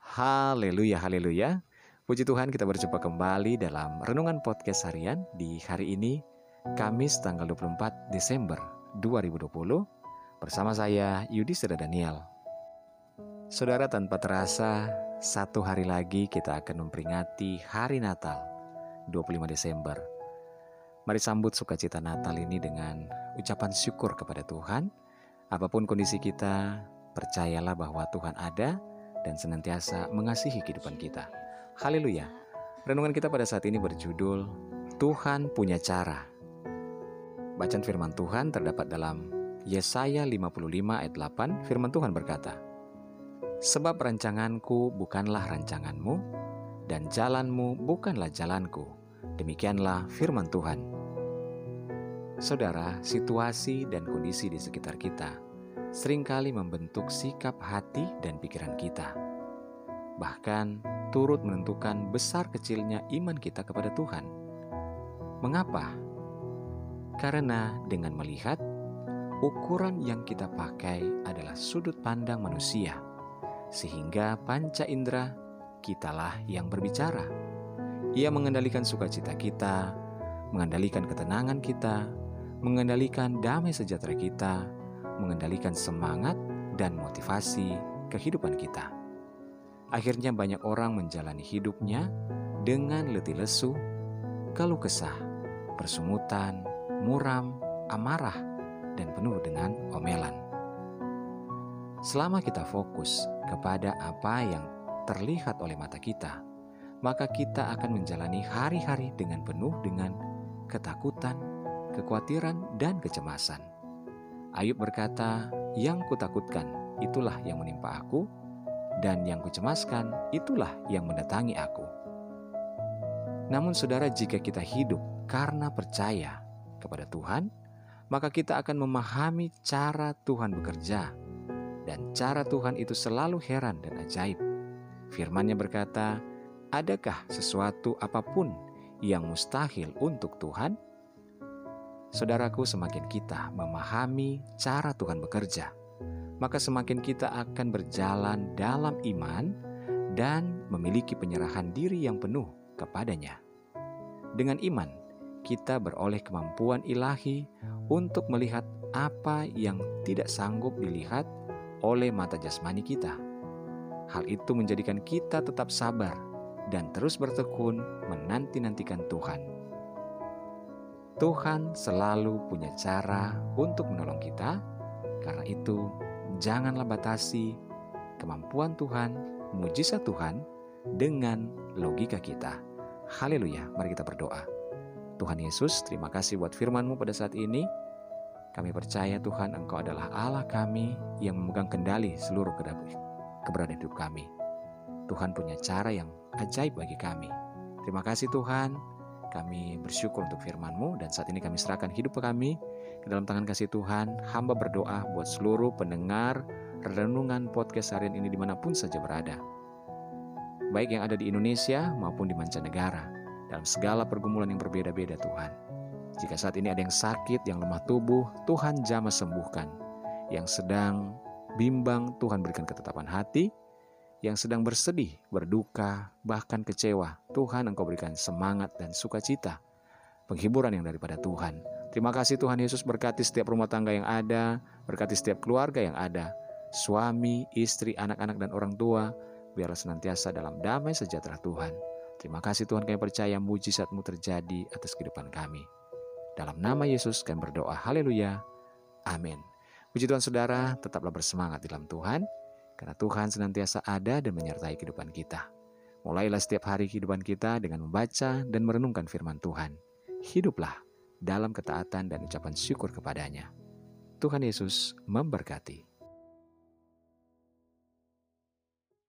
Haleluya, haleluya. Puji Tuhan, kita berjumpa kembali dalam Renungan Podcast Harian di hari ini, Kamis tanggal 24 Desember 2020, bersama saya Yudhistira Daniel. Saudara, tanpa terasa, satu hari lagi kita akan memperingati Hari Natal, 25 Desember. Mari sambut sukacita Natal ini dengan ucapan syukur kepada Tuhan. Apapun kondisi kita, percayalah bahwa Tuhan ada dan senantiasa mengasihi kehidupan kita. Haleluya. Renungan kita pada saat ini berjudul Tuhan Punya Cara. Bacaan firman Tuhan terdapat dalam Yesaya 55 ayat 8. Firman Tuhan berkata, "Sebab rancanganku bukanlah rancanganmu, dan jalanmu bukanlah jalanku. Demikianlah firman Tuhan." Saudara, situasi dan kondisi di sekitar kita seringkali membentuk sikap hati dan pikiran kita. Bahkan turut menentukan besar kecilnya iman kita kepada Tuhan. Mengapa? Karena dengan melihat, ukuran yang kita pakai adalah sudut pandang manusia, sehingga panca indera kitalah yang berbicara. Ia mengendalikan sukacita kita, mengendalikan ketenangan kita, mengendalikan damai sejahtera kita, mengendalikan semangat dan motivasi kehidupan kita. Akhirnya banyak orang menjalani hidupnya dengan letih lesu, keluh kesah, persungutan, muram, amarah, dan penuh dengan omelan. Selama kita fokus kepada apa yang terlihat oleh mata kita, maka kita akan menjalani hari-hari dengan penuh dengan ketakutan, kekhawatiran, dan kecemasan. Ayub berkata, "Yang kutakutkan itulah yang menimpa aku, dan yang kucemaskan itulah yang mendatangi aku." Namun saudara, jika kita hidup karena percaya kepada Tuhan, maka kita akan memahami cara Tuhan bekerja, dan cara Tuhan itu selalu heran dan ajaib. Firman-Nya berkata, "Adakah sesuatu apapun yang mustahil untuk Tuhan?" Saudaraku, semakin kita memahami cara Tuhan bekerja, maka semakin kita akan berjalan dalam iman dan memiliki penyerahan diri yang penuh kepadanya. Dengan iman, kita beroleh kemampuan ilahi untuk melihat apa yang tidak sanggup dilihat oleh mata jasmani kita. Hal itu menjadikan kita tetap sabar dan terus bertekun menanti-nantikan Tuhan. Tuhan selalu punya cara untuk menolong kita. Karena itu, janganlah batasi kemampuan Tuhan, mujizat Tuhan dengan logika kita. Haleluya, mari kita berdoa. Tuhan Yesus, terima kasih buat firman-Mu pada saat ini. Kami percaya Tuhan, Engkau adalah Allah kami yang memegang kendali seluruh keberadaan hidup kami. Tuhan punya cara yang ajaib bagi kami. Terima kasih Tuhan. Kami bersyukur untuk firman-Mu, dan saat ini kami serahkan hidup kami ke dalam tangan kasih Tuhan. Hamba berdoa buat seluruh pendengar renungan podcast harian ini dimanapun saja berada, baik yang ada di Indonesia maupun di mancanegara, dalam segala pergumulan yang berbeda-beda Tuhan. Jika saat ini ada yang sakit, yang lemah tubuh, Tuhan jamah sembuhkan. Yang sedang bimbang, Tuhan berikan ketetapan hati. Yang sedang bersedih, berduka, bahkan kecewa, Tuhan Engkau berikan semangat dan sukacita, penghiburan yang daripada Tuhan. Terima kasih Tuhan Yesus, berkati setiap rumah tangga yang ada, berkati setiap keluarga yang ada, suami, istri, anak-anak, dan orang tua, biarlah senantiasa dalam damai sejahtera Tuhan. Terima kasih Tuhan, kami percaya mujizat-Mu terjadi atas kehidupan kami. Dalam nama Yesus kami berdoa, haleluya, amin. Puji Tuhan saudara, tetaplah bersemangat dalam Tuhan, karena Tuhan senantiasa ada dan menyertai kehidupan kita. Mulailah setiap hari kehidupan kita dengan membaca dan merenungkan firman Tuhan. Hiduplah dalam ketaatan dan ucapan syukur kepadanya. Tuhan Yesus memberkati.